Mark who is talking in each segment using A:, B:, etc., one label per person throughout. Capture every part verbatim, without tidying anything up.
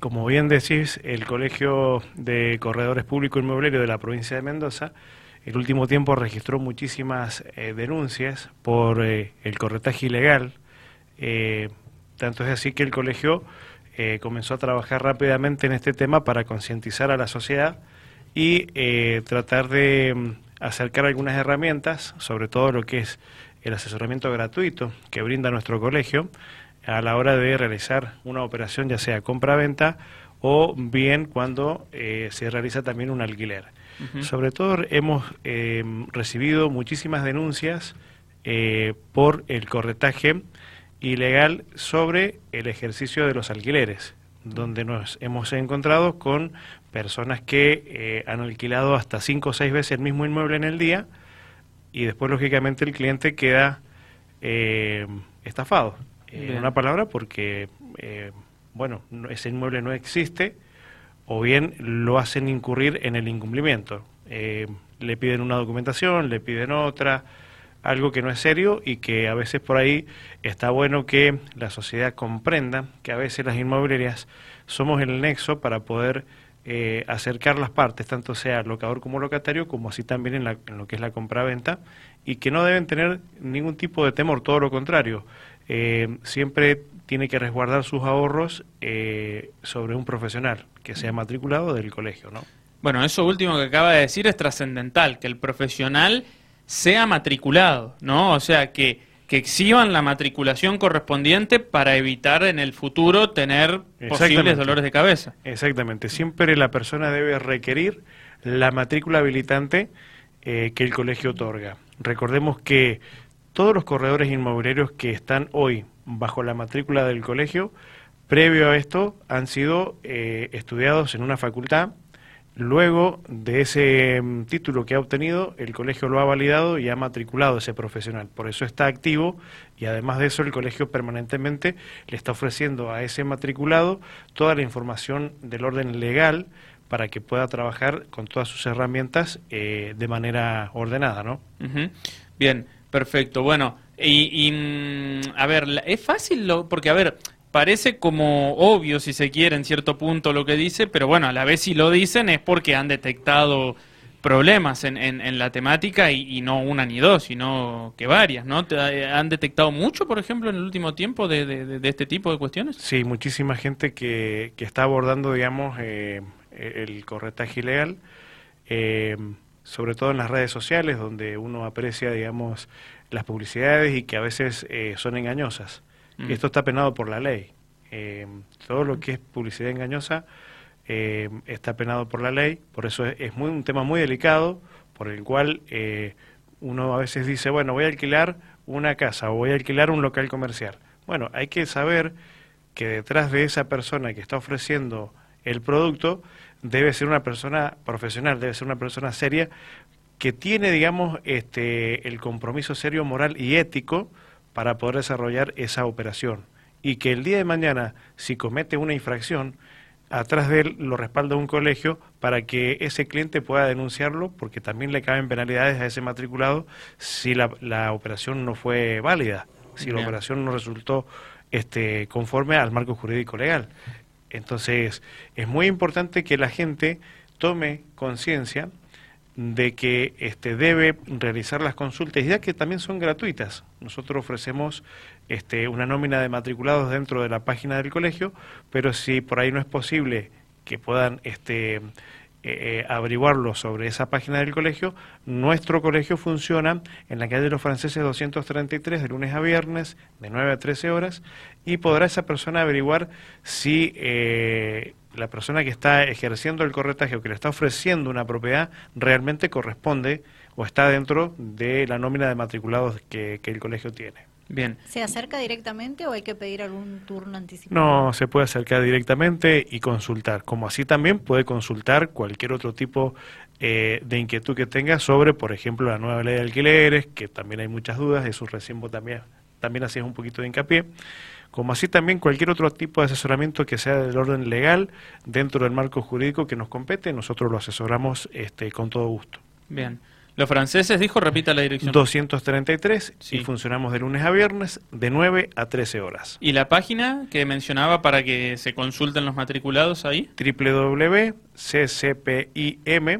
A: como bien decís, el Colegio de Corredores Público Inmobiliario de la provincia de Mendoza, el último tiempo registró muchísimas eh, denuncias por eh, el corretaje ilegal. Eh, tanto es así que el colegio eh, comenzó a trabajar rápidamente en este tema para concientizar a la sociedad y eh, tratar de mm, acercar algunas herramientas, sobre todo lo que es el asesoramiento gratuito que brinda nuestro colegio a la hora de realizar una operación, ya sea compra-venta o bien cuando eh, se realiza también un alquiler. Uh-huh. Sobre todo hemos eh, recibido muchísimas denuncias eh, por el corretaje ilegal sobre el ejercicio de los alquileres, donde nos hemos encontrado con personas que eh, han alquilado hasta cinco o seis veces el mismo inmueble en el día y después lógicamente el cliente queda eh, estafado. Eh, en una palabra, porque eh, bueno, ese inmueble no existe, o bien lo hacen incurrir en el incumplimiento. Eh, le piden una documentación, le piden otra, algo que no es serio y que a veces por ahí está bueno que la sociedad comprenda que a veces las inmobiliarias somos el nexo para poder eh, acercar las partes, tanto sea locador como locatario, como así también en, la, en lo que es la compra-venta, y que no deben tener ningún tipo de temor, todo lo contrario. Eh, siempre tiene que resguardar sus ahorros eh, sobre un profesional que sea matriculado del colegio, ¿no?
B: Bueno, eso último que acaba de decir es trascendental, que el profesional sea matriculado, ¿no? O sea, que, que exhiban la matriculación correspondiente para evitar en el futuro tener posibles dolores de cabeza.
A: Exactamente. Siempre la persona debe requerir la matrícula habilitante eh, que el colegio otorga. Recordemos que todos los corredores inmobiliarios que están hoy bajo la matrícula del colegio, previo a esto, han sido eh, estudiados en una facultad. Luego de ese um, título que ha obtenido, el colegio lo ha validado y ha matriculado a ese profesional. Por eso está activo y además de eso el colegio permanentemente le está ofreciendo a ese matriculado toda la información del orden legal para que pueda trabajar con todas sus herramientas eh, de manera ordenada, ¿no?
B: Uh-huh. Bien, perfecto. Bueno, y, y a ver, es fácil, lo, porque a ver... Parece como obvio, si se quiere, en cierto punto lo que dice, pero bueno, a la vez si lo dicen es porque han detectado problemas en, en, en la temática y, y no una ni dos, sino que varias, ¿no? ¿Han detectado mucho, por ejemplo, en el último tiempo de, de, de este tipo de cuestiones?
A: Sí, muchísima gente que, que está abordando, digamos, eh, el corretaje ilegal, eh, sobre todo en las redes sociales, donde uno aprecia, digamos, las publicidades y que a veces eh, son engañosas. Mm. Esto está penado por la ley. Eh, todo lo que es publicidad engañosa eh, está penado por la ley, por eso es, es muy, un tema muy delicado, por el cual eh, uno a veces dice, bueno, voy a alquilar una casa o voy a alquilar un local comercial. Bueno, hay que saber que detrás de esa persona que está ofreciendo el producto debe ser una persona profesional, debe ser una persona seria, que tiene, digamos, este, el compromiso serio, moral y ético para poder desarrollar esa operación, y que el día de mañana, si comete una infracción, atrás de él lo respalda un colegio para que ese cliente pueda denunciarlo, porque también le caben penalidades a ese matriculado si la, la operación no fue válida, si Bien. la operación no resultó este, conforme al marco jurídico legal. Entonces, es muy importante que la gente tome conciencia de que este, debe realizar las consultas, ya que también son gratuitas. Nosotros ofrecemos este, una nómina de matriculados dentro de la página del colegio, pero si por ahí no es posible que puedan este, eh, averiguarlo sobre esa página del colegio, nuestro colegio funciona en la calle de los Franceses doscientos treinta y tres de lunes a viernes de nueve a trece horas, y podrá esa persona averiguar si eh, la persona que está ejerciendo el corretaje o que le está ofreciendo una propiedad realmente corresponde o está dentro de la nómina de matriculados que, que el colegio tiene.
B: Bien.
C: ¿Se acerca directamente o hay que pedir algún turno anticipado?
A: No, se puede acercar directamente y consultar, como así también puede consultar cualquier otro tipo eh, de inquietud que tenga sobre, por ejemplo, la nueva ley de alquileres, que también hay muchas dudas, eso recién vos también, también hacías un poquito de hincapié, como así también cualquier otro tipo de asesoramiento que sea del orden legal dentro del marco jurídico que nos compete, nosotros lo asesoramos este, con todo gusto.
B: Bien. Los franceses, dijo, repita la dirección.
A: doscientos treinta y tres,
B: Sí.
A: y funcionamos de lunes a viernes de nueve a trece horas.
B: ¿Y la página que mencionaba para que se consulten los matriculados ahí?
A: doble u doble u doble u punto c c p i m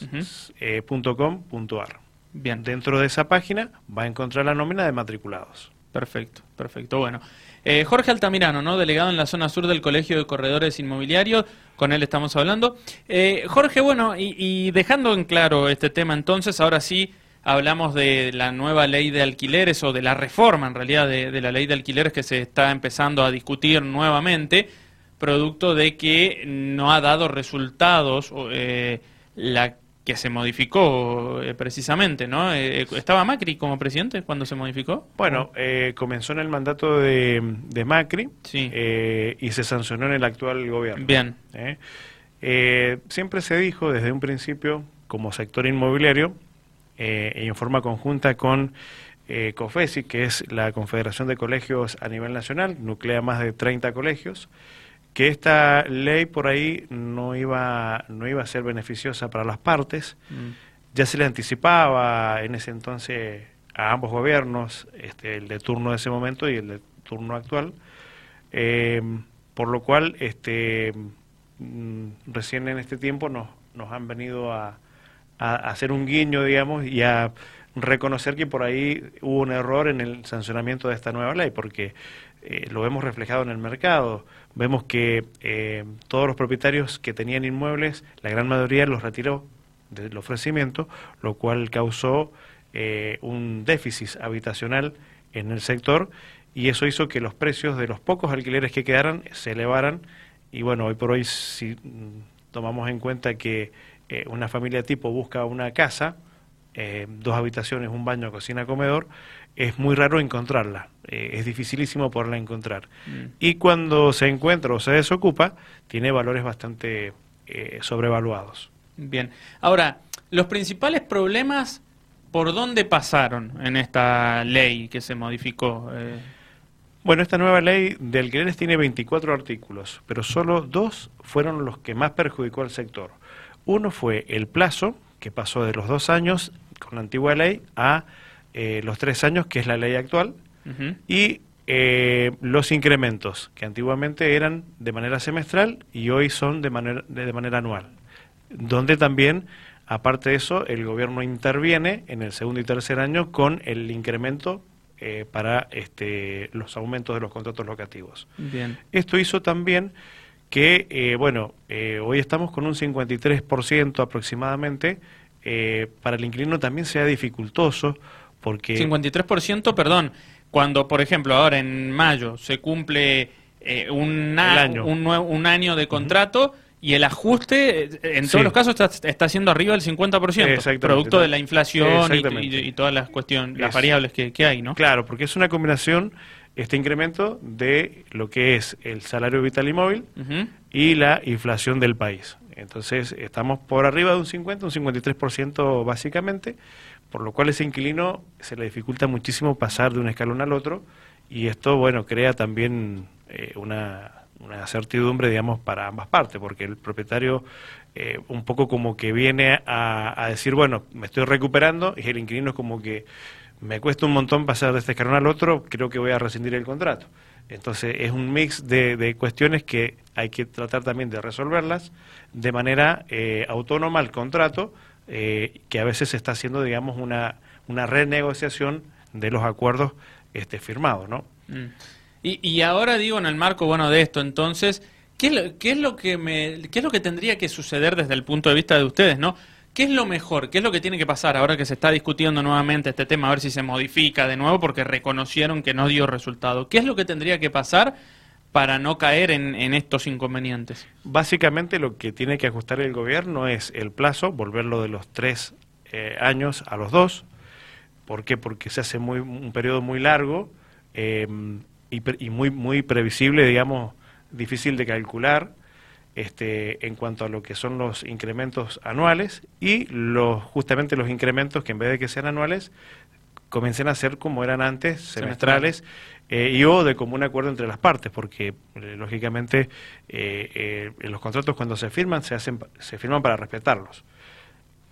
A: punto com punto a r.
B: Bien.
A: Dentro de esa página va a encontrar la nómina de matriculados.
B: Perfecto, perfecto. Bueno, eh, Jorge Altamirano, ¿no? Delegado en la zona sur del Colegio de Corredores Inmobiliarios, con él estamos hablando. Eh, Jorge, bueno, y, y dejando en claro este tema entonces, ahora sí hablamos de la nueva ley de alquileres, o de la reforma en realidad de, de la ley de alquileres que se está empezando a discutir nuevamente, producto de que no ha dado resultados eh, la que se modificó eh, precisamente, ¿no? Eh, ¿Estaba Macri como presidente cuando se modificó?
A: Bueno, eh, comenzó en el mandato de, de Macri,
B: Sí.
A: eh, y se sancionó en el actual gobierno.
B: Bien.
A: ¿eh? Eh, siempre se dijo desde un principio, como sector inmobiliario, eh, y en forma conjunta con eh, COFESI, que es la Confederación de Colegios a nivel nacional, nuclea más de treinta colegios, que esta ley por ahí no iba, no iba a ser beneficiosa para las partes.
B: Mm.
A: Ya se le anticipaba en ese entonces a ambos gobiernos, este, el de turno de ese momento y el de turno actual, eh, por lo cual este, mm, recién en este tiempo nos, nos han venido a, a hacer un guiño, digamos, y a reconocer que por ahí hubo un error en el sancionamiento de esta nueva ley, porque eh, lo vemos reflejado en el mercado. Vemos que eh, todos los propietarios que tenían inmuebles, la gran mayoría los retiró del ofrecimiento, lo cual causó eh, un déficit habitacional en el sector, y eso hizo que los precios de los pocos alquileres que quedaran se elevaran. Y bueno, hoy por hoy, si tomamos en cuenta que eh, una familia tipo busca una casa, eh, dos habitaciones, un baño, cocina, comedor, es muy raro encontrarla, eh, es dificilísimo poderla encontrar. Mm. Y cuando se encuentra o se desocupa, tiene valores bastante eh, sobrevaluados.
B: Bien. Ahora, los principales problemas, ¿por dónde pasaron en esta ley que se modificó? Eh...
A: Bueno, esta nueva ley de alquileres tiene veinticuatro artículos, pero solo dos fueron los que más perjudicó al sector. Uno fue el plazo, que pasó de los dos años con la antigua ley a Eh, los tres años, que es la ley actual, uh-huh. y eh, los incrementos, que antiguamente eran de manera semestral y hoy son de manera, de, de manera anual, donde también, aparte de eso, el gobierno interviene en el segundo y tercer año con el incremento eh, para este, los aumentos de los contratos locativos.
B: Bien.
A: Esto hizo también que, eh, bueno, eh, hoy estamos con un cincuenta y tres por ciento aproximadamente, eh, para el inquilino también sea dificultoso, porque
B: cincuenta y tres por ciento, perdón, cuando, por ejemplo, ahora en mayo se cumple eh, un, año. Un, nuevo, un año de contrato, uh-huh. y el ajuste, en todos sí. los casos, está, está siendo arriba del cincuenta por ciento, producto de la inflación y, y, y todas las cuestiones, las es, variables que, que hay, ¿no?
A: Claro, porque es una combinación, este incremento, de lo que es el salario vital y móvil, uh-huh. y la inflación del país. Entonces, estamos por arriba de un cincuenta, un cincuenta y tres por ciento básicamente, por lo cual ese inquilino se le dificulta muchísimo pasar de un escalón al otro, y esto, bueno, crea también eh, una, una certidumbre, digamos, para ambas partes, porque el propietario eh, un poco como que viene a, a decir, bueno, me estoy recuperando, y el inquilino es como que me cuesta un montón pasar de este escalón al otro, creo que voy a rescindir el contrato. Entonces es un mix de, de cuestiones que hay que tratar también de resolverlas de manera eh, autónoma al contrato, eh, que a veces se está haciendo, digamos, una, una renegociación de los acuerdos este, firmados, ¿no?
B: Mm. Y, y ahora digo, en el marco, bueno, de esto, entonces, ¿qué es lo, qué es lo que me, qué es lo que tendría que suceder desde el punto de vista de ustedes, ¿no? ¿Qué es lo mejor? ¿Qué es lo que tiene que pasar ahora que se está discutiendo nuevamente este tema, a ver si se modifica de nuevo porque reconocieron que no dio resultado? ¿Qué es lo que tendría que pasar para no caer en, en estos inconvenientes?
A: Básicamente lo que tiene que ajustar el gobierno es el plazo, volverlo de los tres eh, años a los dos. ¿Por qué? Porque se hace muy, un periodo muy largo eh, y, y muy, muy previsible, digamos, difícil de calcular. Este, en cuanto a lo que son los incrementos anuales y los justamente los incrementos que en vez de que sean anuales comiencen a ser como eran antes, semestrales, eh, y o de común acuerdo entre las partes, porque eh, lógicamente eh, eh, los contratos cuando se firman se hacen se firman para respetarlos.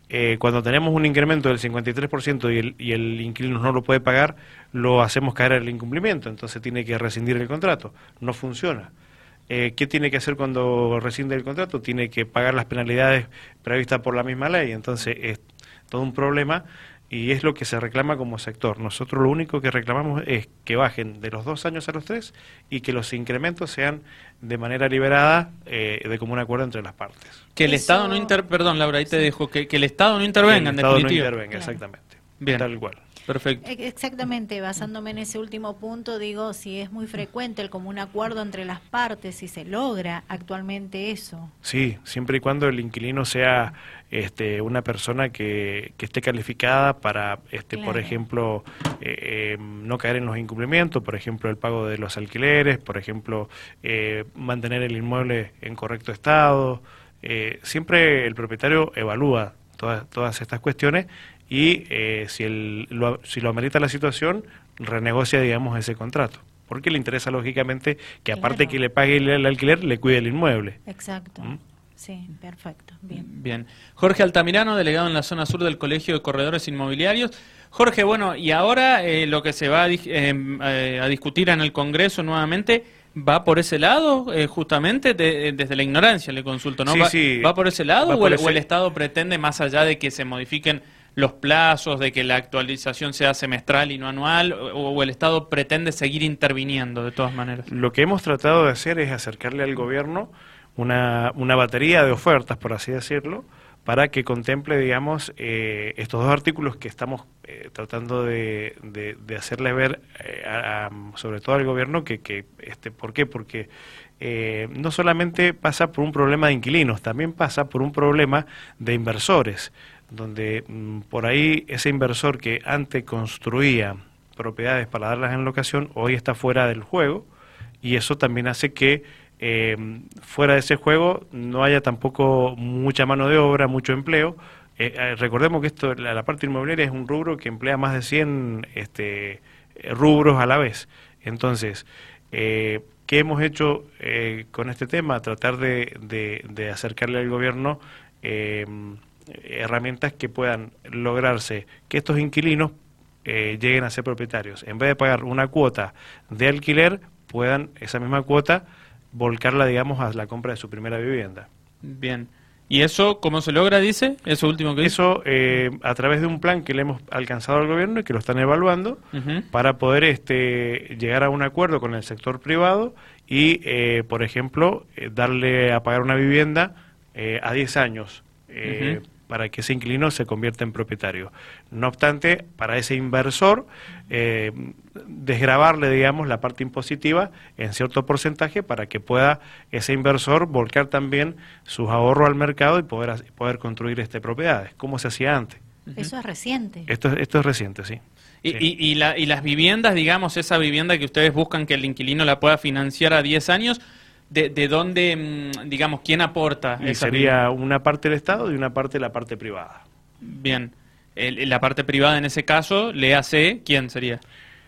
A: eh, cuando tenemos un incremento del cincuenta y tres por ciento y el, y el inquilino no lo puede pagar, lo hacemos caer en el incumplimiento, entonces tiene que rescindir el contrato. No funciona. Eh, ¿Qué tiene que hacer cuando rescinde el contrato? Tiene que pagar las penalidades previstas por la misma ley, entonces es todo un problema y es lo que se reclama como sector. Nosotros lo único que reclamamos es que bajen de los dos años a los tres y que los incrementos sean de manera liberada, eh, de común acuerdo entre las partes.
B: Que el
C: Eso...
B: Estado no inter... Perdón, Laura, ahí te dejo. Que, que el Estado no intervenga,
A: que el
B: en
A: Estado
B: definitiva.
A: no intervenga,
C: Claro.
A: exactamente.
B: Bien.
A: Tal cual.
B: Perfecto.
C: Exactamente, basándome en ese último punto, digo, si es muy frecuente el común acuerdo entre las partes, si se logra actualmente eso.
A: Sí, siempre y cuando el inquilino sea este, una persona que, que esté calificada para, este,
C: Claro.
A: por ejemplo, eh, eh, no caer en los incumplimientos, por ejemplo, el pago de los alquileres, por ejemplo, eh, mantener el inmueble en correcto estado. Eh, siempre el propietario evalúa todas, todas estas cuestiones y eh, si, el, lo, si lo amerita la situación, renegocia, digamos, ese contrato. Porque le interesa, lógicamente, que aparte
C: Claro.
A: que le pague el, el alquiler, le cuide el inmueble.
C: Exacto.
A: ¿Mm?
C: Sí, perfecto. Bien.
B: Bien. Jorge Altamirano, delegado en la zona sur del Colegio de Corredores Inmobiliarios. Jorge, bueno, y ahora eh, lo que se va a, di- eh, eh, a discutir en el Congreso nuevamente, ¿va por ese lado, eh, justamente? De- desde la ignorancia le consulto, ¿no?
A: Sí,
B: ¿Va,
A: sí.
B: ¿Va por ese lado
A: Va
B: o,
A: por
B: el,
A: ese-
B: o el Estado pretende, más allá de que se modifiquen los plazos, de que la actualización sea semestral y no anual, o, o el Estado pretende seguir interviniendo de todas maneras?
A: Lo que hemos tratado de hacer es acercarle al gobierno una, una batería de ofertas, por así decirlo, para que contemple, digamos, eh, estos dos artículos que estamos eh, tratando de, de, de hacerle ver, eh, a- a- sobre todo al gobierno, que, que este, ¿por qué? Porque eh, no solamente pasa por un problema de inquilinos, también pasa por un problema de inversores, donde mm, por ahí ese inversor que antes construía propiedades para darlas en locación, hoy está fuera del juego, y eso también hace que eh, fuera de ese juego no haya tampoco mucha mano de obra, mucho empleo. Eh, eh, recordemos que esto, la, la parte inmobiliaria es un rubro que emplea más de cien este, eh, rubros a la vez. Entonces, eh, ¿qué hemos hecho eh, con este tema? Tratar de, de, de acercarle al gobierno eh, herramientas que puedan lograrse que estos inquilinos eh, lleguen a ser propietarios. En vez de pagar una cuota de alquiler, puedan esa misma cuota volcarla, digamos, a la compra de su primera vivienda.
B: Bien. ¿Y eso cómo se logra, dice? Eso último que dice.
A: Eso eh, a través de un plan que le hemos alcanzado al gobierno y que lo están evaluando
B: Ujú.
A: para poder este, llegar a un acuerdo con el sector privado y, eh, por ejemplo, eh, darle a pagar una vivienda eh, a diez años. Eh,
B: Ujú.
A: para que ese inquilino se convierta en propietario. No obstante, para ese inversor, eh, desgravarle, digamos, la parte impositiva en cierto porcentaje para que pueda ese inversor volcar también sus ahorros al mercado y poder, hac- poder construir este propiedades, como se hacía antes.
C: Eso es reciente.
A: Esto, es- esto es reciente, sí.
B: Y,
A: Sí.
B: y, y, la- y las viviendas, digamos, esa vivienda que ustedes buscan que el inquilino la pueda financiar a diez años, ¿de, de dónde, mm, digamos, quién aporta
A: Y
B: esa
A: sería una parte del Estado y una parte la parte privada.
B: Bien. El- la parte privada en ese caso, le hace, ¿quién sería?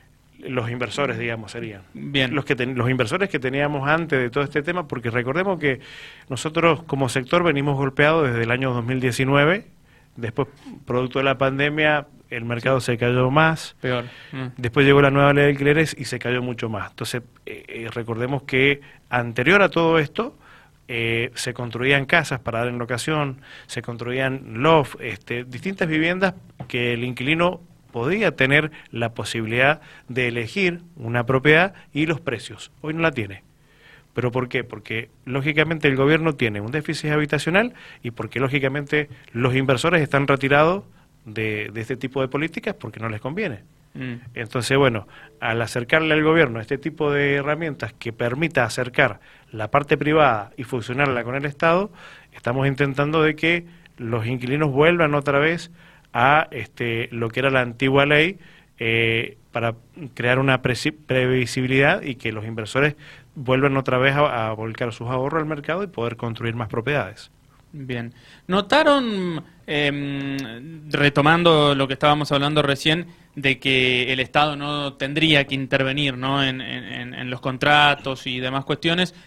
A: Los inversores, digamos, serían.
B: Bien.
A: Los, que ten- los inversores que teníamos antes de todo este tema, porque recordemos que nosotros como sector venimos golpeados desde el año dos mil diecinueve, después, producto de la pandemia, el mercado se cayó más,
B: Peor. Mm.
A: después llegó la nueva ley de alquileres y se cayó mucho más. Entonces, eh, eh, recordemos que anterior a todo esto, eh, se construían casas para dar en locación, se construían loft, este, distintas viviendas que el inquilino podía tener la posibilidad de elegir una propiedad y los precios. Hoy no la tiene. ¿Pero por qué? Porque lógicamente el gobierno tiene un déficit habitacional y porque lógicamente los inversores están retirados de, de este tipo de políticas porque no les conviene.
B: Mm.
A: Entonces, bueno, al acercarle al gobierno este tipo de herramientas que permita acercar la parte privada y fusionarla con el Estado, estamos intentando de que los inquilinos vuelvan otra vez a este, lo que era la antigua ley eh, para crear una presi- previsibilidad y que los inversores vuelvan otra vez a, a volcar sus ahorros al mercado y poder construir más propiedades.
B: Bien. ¿Notaron, eh, retomando lo que estábamos hablando recién, de que el Estado no tendría que intervenir, ¿no? en, en, en los contratos y demás cuestiones?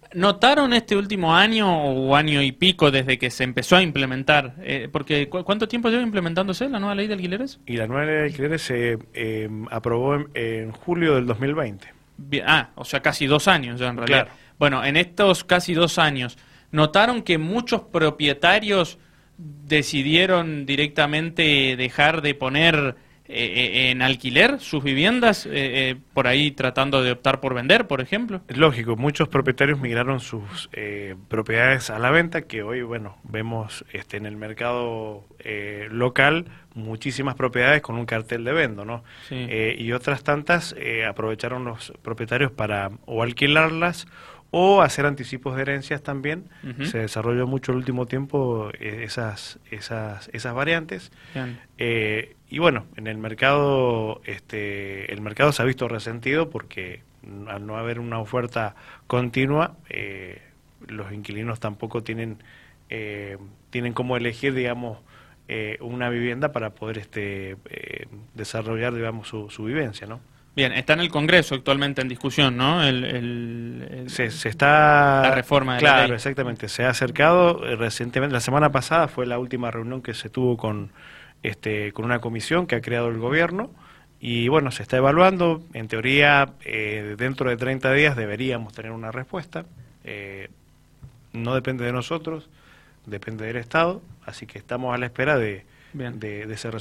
B: ¿Notaron este último año o año y pico desde que se empezó a implementar? Eh, porque ¿cu ¿cuánto tiempo lleva implementándose la nueva ley de alquileres?
A: Y la nueva ley de alquileres se eh, aprobó en, en julio del dos mil veinte.
B: Bien, ah, o sea, casi dos años ya en realidad.
A: Claro.
B: Bueno, en estos casi dos años, ¿notaron que muchos propietarios decidieron directamente dejar de poner eh, en alquiler sus viviendas, eh, eh, por ahí tratando de optar por vender, por ejemplo?
A: Es lógico, muchos propietarios migraron sus eh, propiedades a la venta, que hoy, bueno, vemos este, en el mercado eh, local muchísimas propiedades con un cartel de vendo, ¿no?
B: Sí.
A: Eh, y otras tantas eh, aprovecharon los propietarios para o alquilarlas o hacer anticipos de herencias también.
B: Uh-huh.
A: Se desarrolló mucho el último tiempo eh, esas, esas, esas variantes. Eh, y bueno, en el mercado, este, el mercado se ha visto resentido porque al no haber una oferta continua, eh, los inquilinos tampoco tienen, eh, tienen cómo elegir, digamos, eh, una vivienda para poder este, eh, desarrollar, digamos, su, su vivencia, ¿no?
B: Bien, está en el Congreso actualmente en discusión, ¿no? El, el, el,
A: se, se está...
B: La reforma de
A: claro,
B: la ley.
A: Exactamente. Se ha acercado eh, recientemente, la semana pasada fue la última reunión que se tuvo con, este, con una comisión que ha creado el gobierno y bueno, se está evaluando. En teoría, eh, dentro de treinta días deberíamos tener una respuesta. Eh, no depende de nosotros, depende del Estado, así que estamos a la espera de, de, de ese resultado.